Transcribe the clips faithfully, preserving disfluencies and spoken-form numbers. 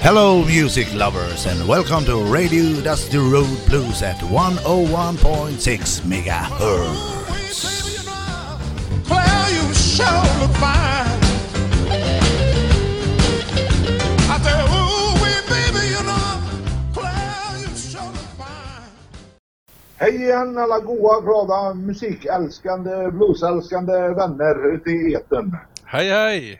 Hello music lovers and welcome to Radio Dusty Road Blues at one oh one point six megahertz. Well, you sure look fine. I said, ooh, wee baby, you know. Well, you sure look fine. Hej igen alla goa, glada, musikälskande, bluesälskande vänner ute i etern. Hej hej!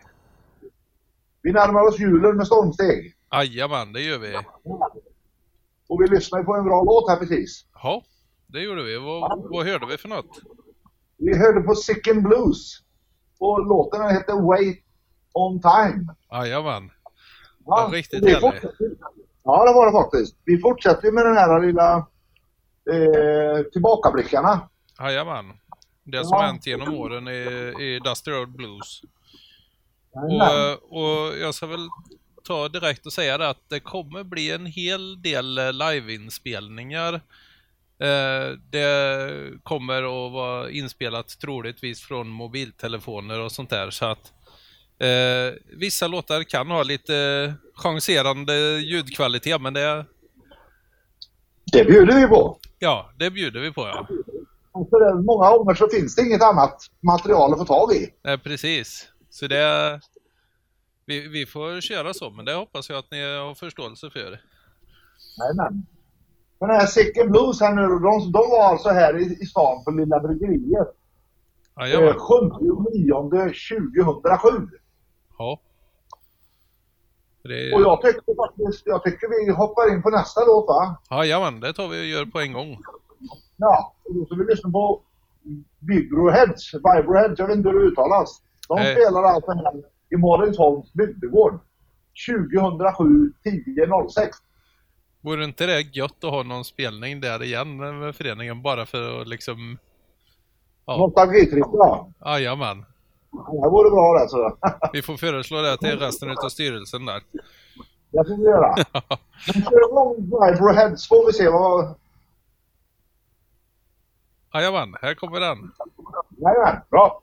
Vi närmar oss julen med stormsteg. Jajamän, det gör vi. Och vi lyssnar på en bra låt här precis. Ja, det gjorde vi. Vad, vad hörde vi för något? Vi hörde på Sicken Blues. Och låten heter Wait on Time. Jajamän. Ja, riktigt härlig. Ja, det var det faktiskt. Vi fortsätter med den här lilla eh, tillbakablickarna. Jajamän. Det som ja. hänt genom åren i, i Dusty Road Blues. Nej, Och, och jag ska väl ta direkt och säga det att det kommer bli en hel del liveinspelningar. Eh, det kommer att vara inspelat troligtvis från mobiltelefoner och sånt där. Så att eh, vissa låtar kan ha lite chanserande ljudkvalitet, men det... Det bjuder vi på. Ja, det bjuder vi på, ja. För många gånger så finns det inget annat material att få tag i. Eh, precis. Så det... Vi, vi får köra så, men det hoppas jag att ni har förståelse för. Nej, men. Men den här Sicken Blues här nu, de, de var alltså här i, i stan på Lilla Bryggeriet. Eh, sjunde nionde tjugohundrasju. Ja. Det... Och jag tycker faktiskt, jag tycker vi hoppar in på nästa låt, va? Jajamän, det tar vi och gör på en gång. Ja, och då ska vi lyssna på Vibroheads, Vibroheads, jag vet inte hur det uttalas. De Nej. spelar alltså här i Morgensholms bygdegård tjugohundrasju tio noll sex. Vore inte det gött att ha någon spelning där igen med föreningen bara för att liksom... Ja. Nostalgitripp, ja. Jajamän. Det vore bra det, så. Vi får föreslå det till resten av styrelsen där. Det får vi göra. Men kör igång Vibroheads, får vi se vad... Jajamän, här kommer den. Jajamän, bra.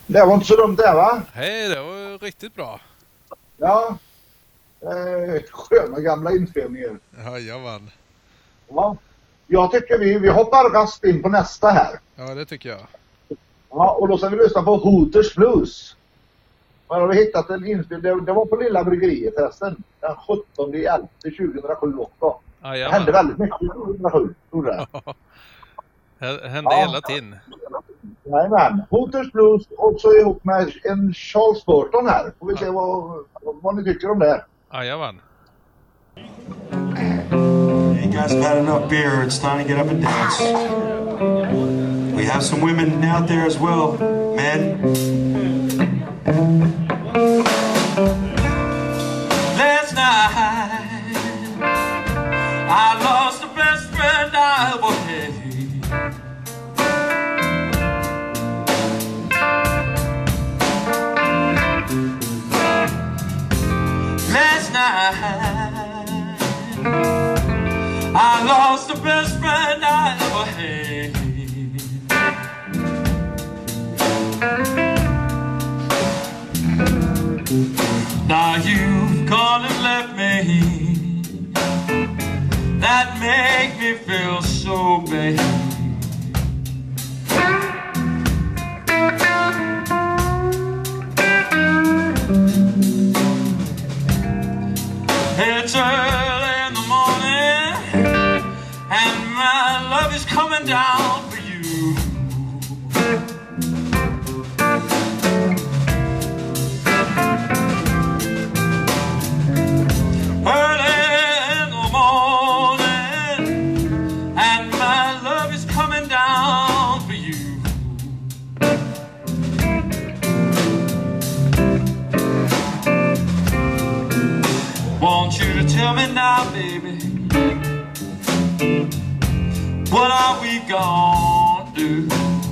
Det var inte så dumt det, va? Hej, det var riktigt bra. Ja. Eh, sköna gamla inspelningar. Jajamän. Ja. Jag tycker vi, vi hoppar rast in på nästa här. Ja, det tycker jag. Ja, och då ska vi lyssna på Hooters Blues. Man har hittat en inspelning, det, det var på Lilla Bryggeriet förresten. Den sjuttonde elfte tjugohundrasju också. Jajamän. Det hände väldigt mycket tjugohundrasju, tror jag. Det hände ja. hela tiden. Jajamän. Hooters Blues också ihop med en Charles Burton här. Får vi se vad, vad ni tycker om det. Jajamän. You guys have had enough beer. It's time to get up and dance. We have some women out there as well, men. Last night I lost the best friend I ever had. Last night I lost the best friend I ever had. Now you've gone and left me. That make me feel so bad. It's early in the morning and my love is coming down for you. Early in the morning and my love is coming down for you. Want you to tell me now, baby, what are we gonna do?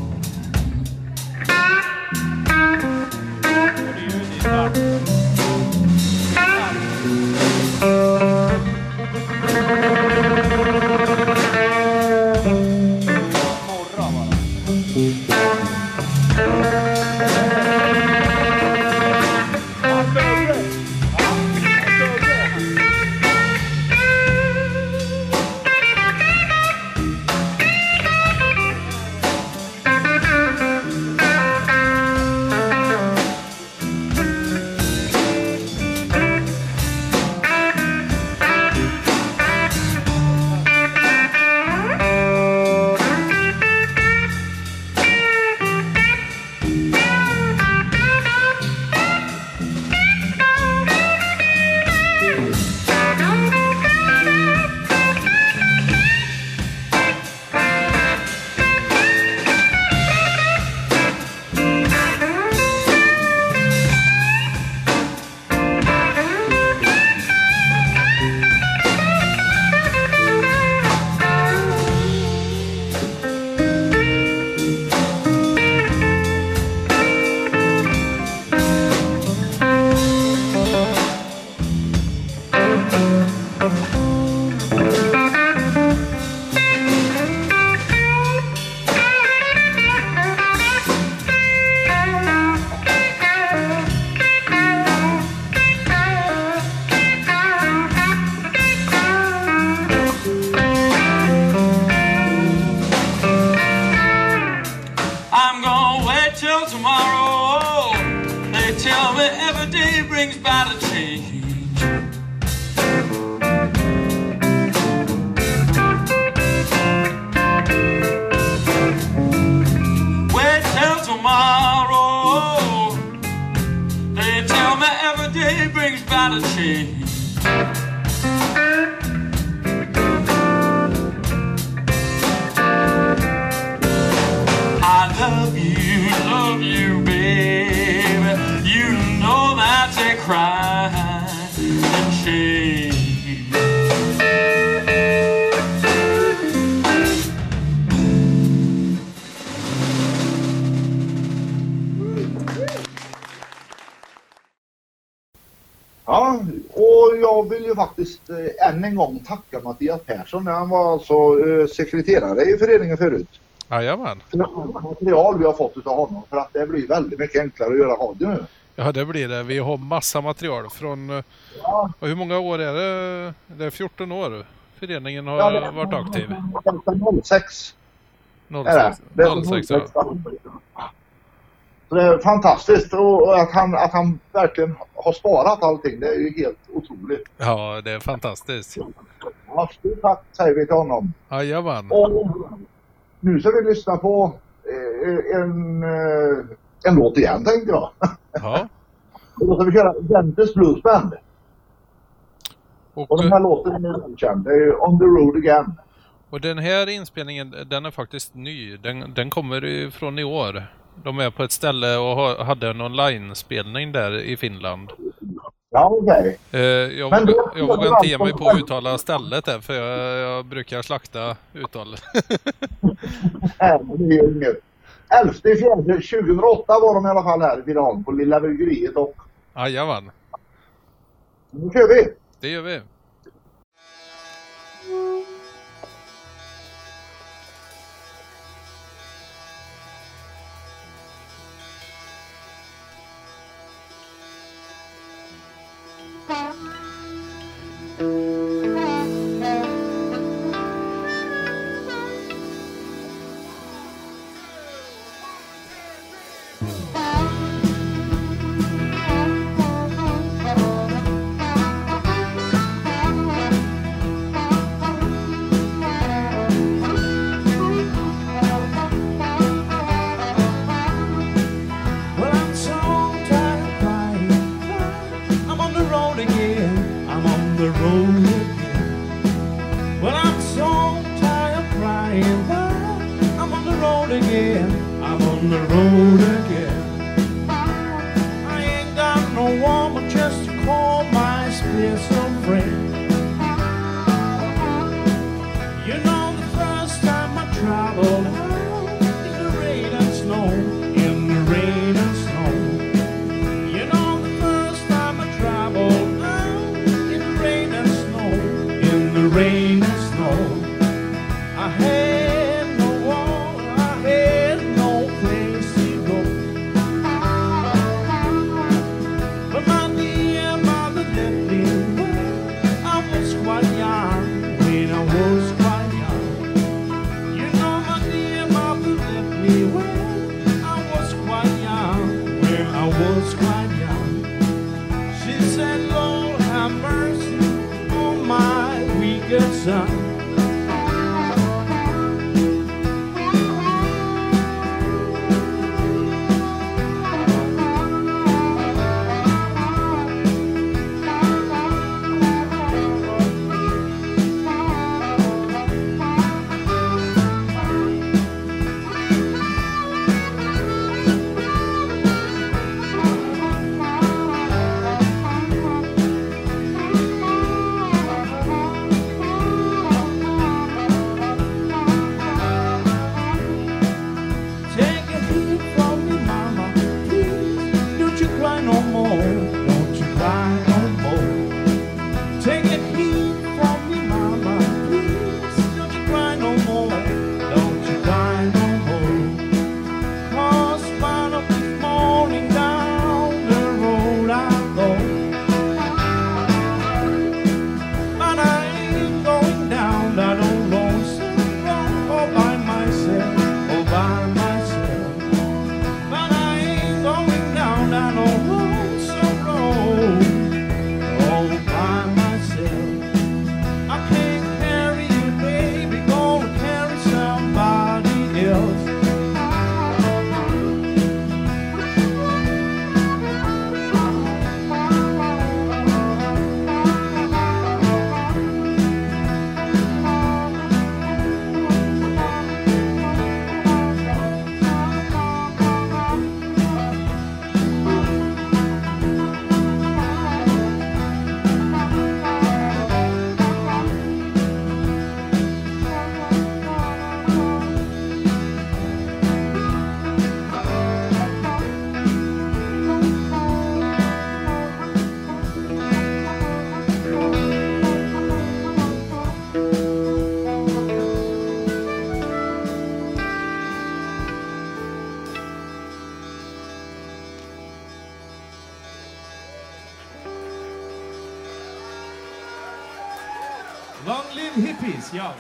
Ja, och jag vill ju faktiskt eh, än en gång tacka Mattias Persson. Han var alltså eh, sekreterare i föreningen förut. Jajamän. Material vi har fått utav honom för att det blir väldigt mycket enklare att göra radio nu. Ja, det blir det. Vi har massa material från... Ja. Och hur många år är det? Det är fjorton år. Föreningen har ja, det, varit aktiv. noll sex. noll sex, det är noll sex ja. Så det är fantastiskt och att han, att han verkligen har sparat allting. Det är ju helt otroligt. Ja, det är fantastiskt. Ja, stort tack säger vi till honom. Jajamän. Och nu ska vi lyssna på en, en låt igen, tänkte jag. Ja. Och då ska vi köra Dentes Blues Band. Och, och den här låten är känd. Det är On the Road Again. Och den här inspelningen, den är faktiskt ny. Den, den kommer från i år. De är på ett ställe och ha, hade en online-spelning där i Finland. Ja, okej. Okay. Uh, jag vågar, jag vågar inte ge mig på att uttala stället där, för jag, jag brukar slakta uttal. Nej, det är ju inget. elfte fjärde tjugohundraåtta var de i alla fall här i Finland på Lilla Bryggeriet och... Jajamän. Nu kör vi! Det gör vi. hippies, ja.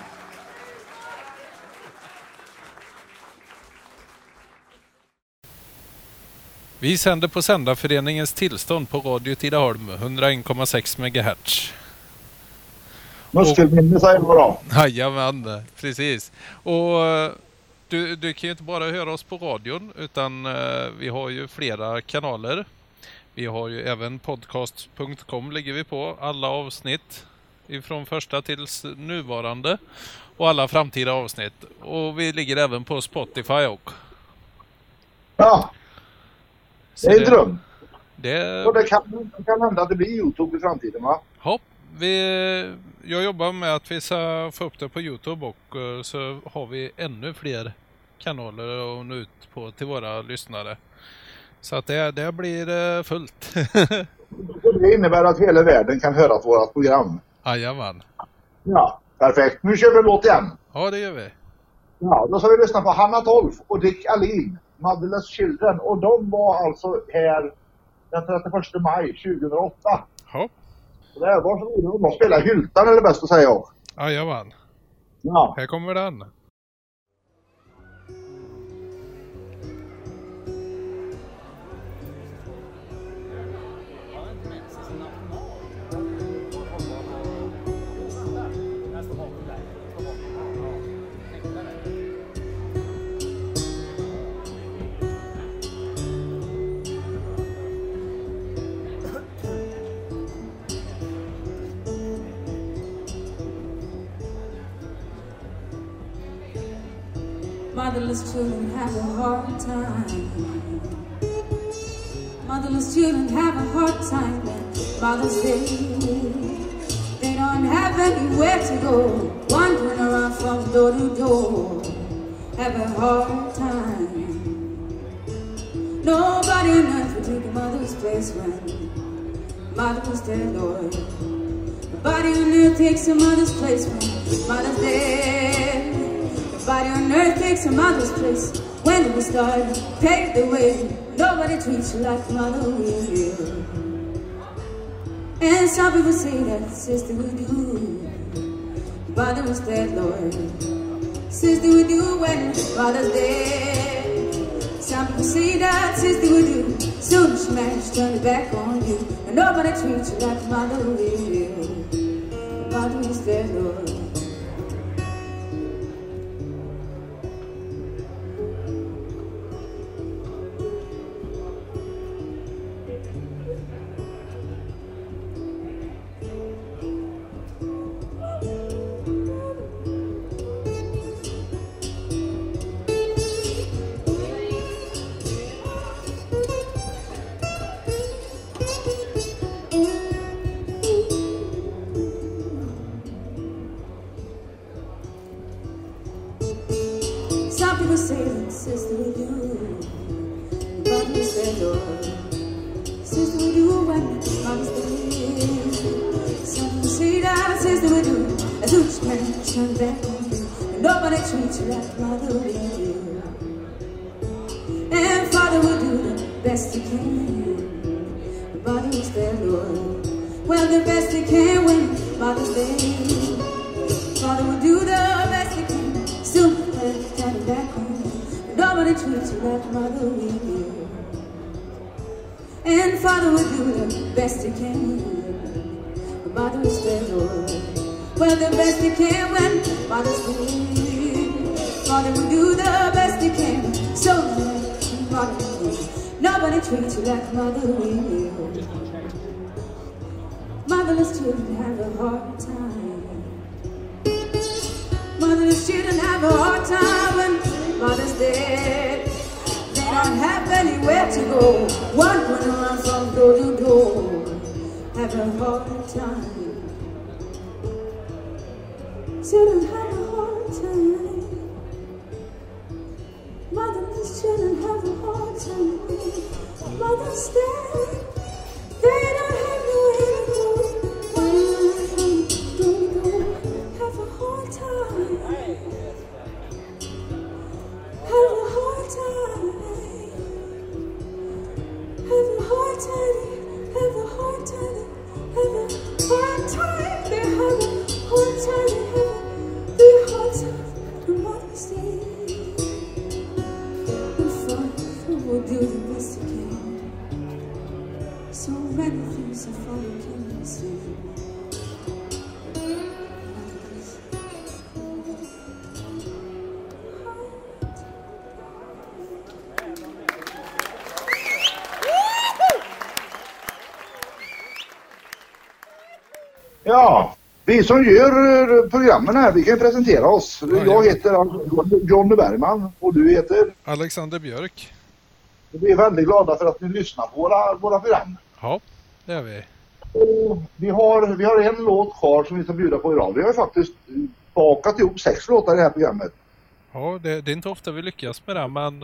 Vi sänder på Sändarföreningens tillstånd på Radio Tidaholm, hundraen komma sex megahertz. Muskelminne säger man då. Jajamän, precis. Och du, du kan ju inte bara höra oss på radion, utan uh, vi har ju flera kanaler. Vi har ju även podcast punkt com ligger vi på, alla avsnitt ifrån första tills nuvarande och alla framtida avsnitt. Och vi ligger även på Spotify och. Ja. Det är en dröm. Det... Och det kan, det kan hända att det blir YouTube i framtiden, va? Hopp. Vi, jag jobbar med att vi ska få upp det på YouTube och så har vi ännu fler kanaler att nå ut på till våra lyssnare. Så att det, det blir fullt. Det innebär att hela världen kan höra vårt program. Jajamän. Ja, perfekt. Nu kör vi en låt igen. Ja, det gör vi. Ja, då ska vi lyssna på Hanna Tolf och Dick Alin, Motherless Children. Och de var alltså här den trettioförsta maj tjugohundraåtta. Ja. Det här var så roligt. De spelar Hyltan, är det bäst att säga. Jajamän. Ja. Här kommer den. Motherless children have a hard time. Motherless children have a hard time when Mother's Day. They don't have anywhere to go, wandering around from door to door. Have a hard time. Nobody on earth would take a mother's place when Mother was dead, Lord. Nobody on earth takes a mother's place when Mother's dead. Nobody on earth takes a mother's place when it was started, paved the way. Nobody treats you like mother will. And some people say that sister will do. Mother was dead, Lord. Sister will do when mother's dead. Some people say that sister will do. Soon as she managed to turn it back on you. And nobody treats you like mother will. Mother was dead, Lord. Sister with you, but you said, Lord. Sister with you when Mama's dead. Something say that sister with you, as soon as you can turn back on you. And nobody treats you like mother will do. And father will do the best he can. But who's there, Lord? Well, the best he can when mother's dead. Father will do the best he can. Soon as you turn back on you. Nobody treats you like mother will. And father will do the best he can. But mother is dead, Lord. Well, the best he can when mother's dead. Father will do the best he can. So mother will. Nobody treats you like mother will. Motherless children have a hard time. Motherless children have a hard time when mother's dead. They don't have anywhere to go, wandering around from door to door. Have a hard time. Children have a hard time. Motherless children have a hard time. Mother's dead. They don't have nowhere to go. Have a hard time. Have a hard time. Have a hard time. Have a hard time. Have a hard time. They have a hard time. Ja, vi som gör programmen här, vi kan presentera oss. Ja, jag heter Johnny Bergman och du heter? Alexander Björk. Vi är väldigt glada för att ni lyssnar på våra, våra program. Ja, det är vi. Och vi, har, vi har en låt kvar som vi ska bjuda på idag. Vi har ju faktiskt bakat ihop sex låtar i det här programmet. Ja, det, det är inte ofta vi lyckas med det, men...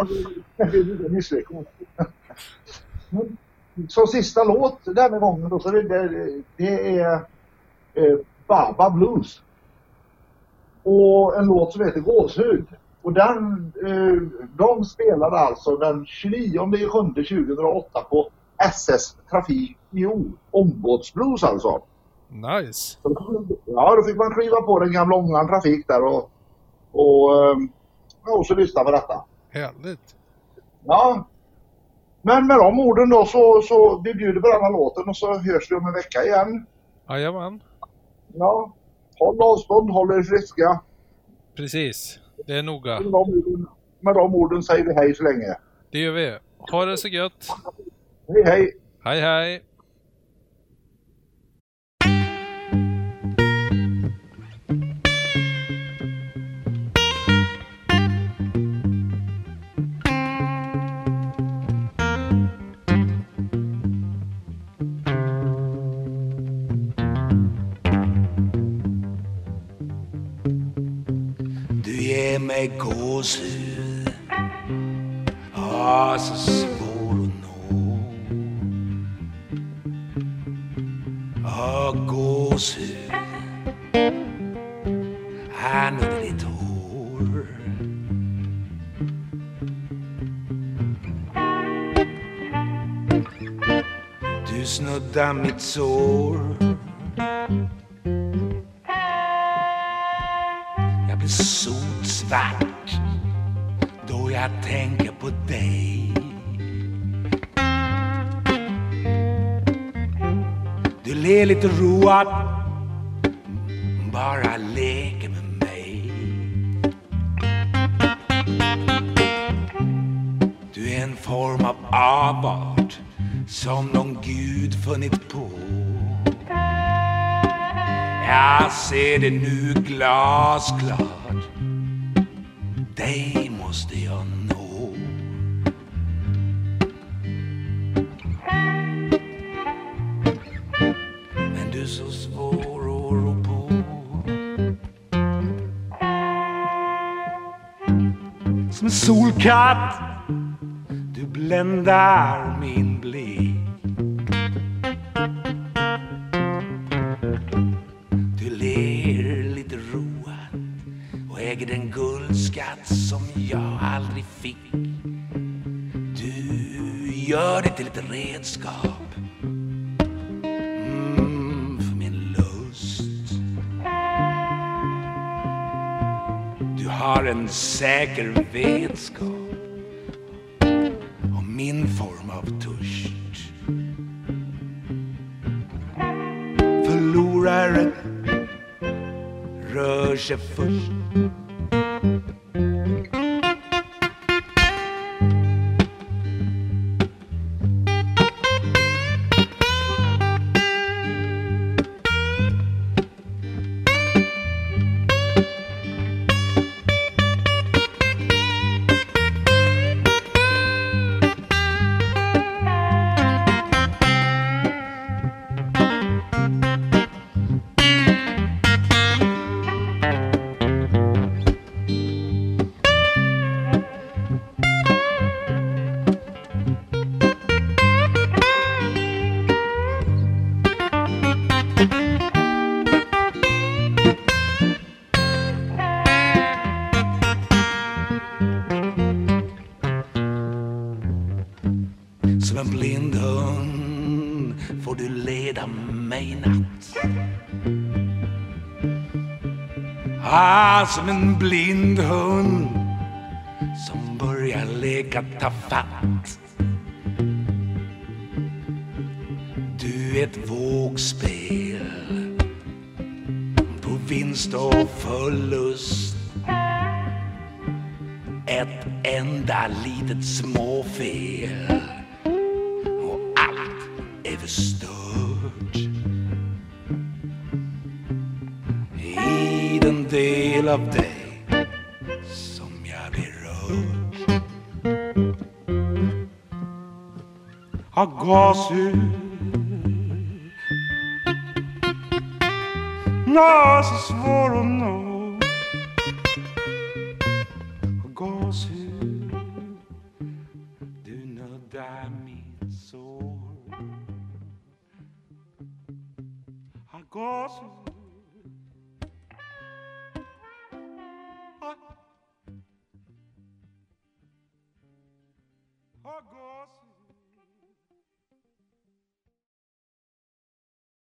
Uh... Som sista låt den här gången då, så det, det, det är eh, Baba Blues. Och en låt som heter Gåshud. Och den, eh, de spelade alltså den tjugonionde juli tjugohundraåtta på S S Trafik i O. Ombåtsblues alltså. Nice. Ja, då fick man kliva på den gamla Ångan Trafik där och, och, och så lyssna på detta. Härligt. Ja. Men med de orden då så, så vi bjuder på den här låten och så hörs vi om en vecka igen. Jajamän. Ja. Håll avstånd, håll er friska. Precis. Det är noga. Med de, orden, med de orden säger vi hej så länge. Det gör vi. Ha det så gött. Hej hej. Hej hej. Med gåshud, ah, så svår att nå. Ah, gåshud, här under ditt hår. Du snuddar mitt sår. Jag blir sotsvart då jag tänker på dig. Du ler lite roat, bara leker med mig. Du är en form av avart som någon gud funnit på. Jag ser det nu glasklart. Dig måste jag nå. Men du är så svår att rå på. Som en solkatt, du bländar min blick. Äger en guldskatt som jag aldrig fick. Du gör det till ett redskap mm, för min lust. Du har en säker vetskap om min form av törst. Förloraren rör sig först. Som en blind hund får du leda mig natt. Ah, som en blind hund som börjar leka tafatt. Du är ett vågspel på vinst och förlust. Ett enda litet småfel och allt är förstört. del av dig som jag berör. Har gåshud, nå så svår att nå. Har gåshud, du nuddar mitt sår. Har gåshud, har gåshud.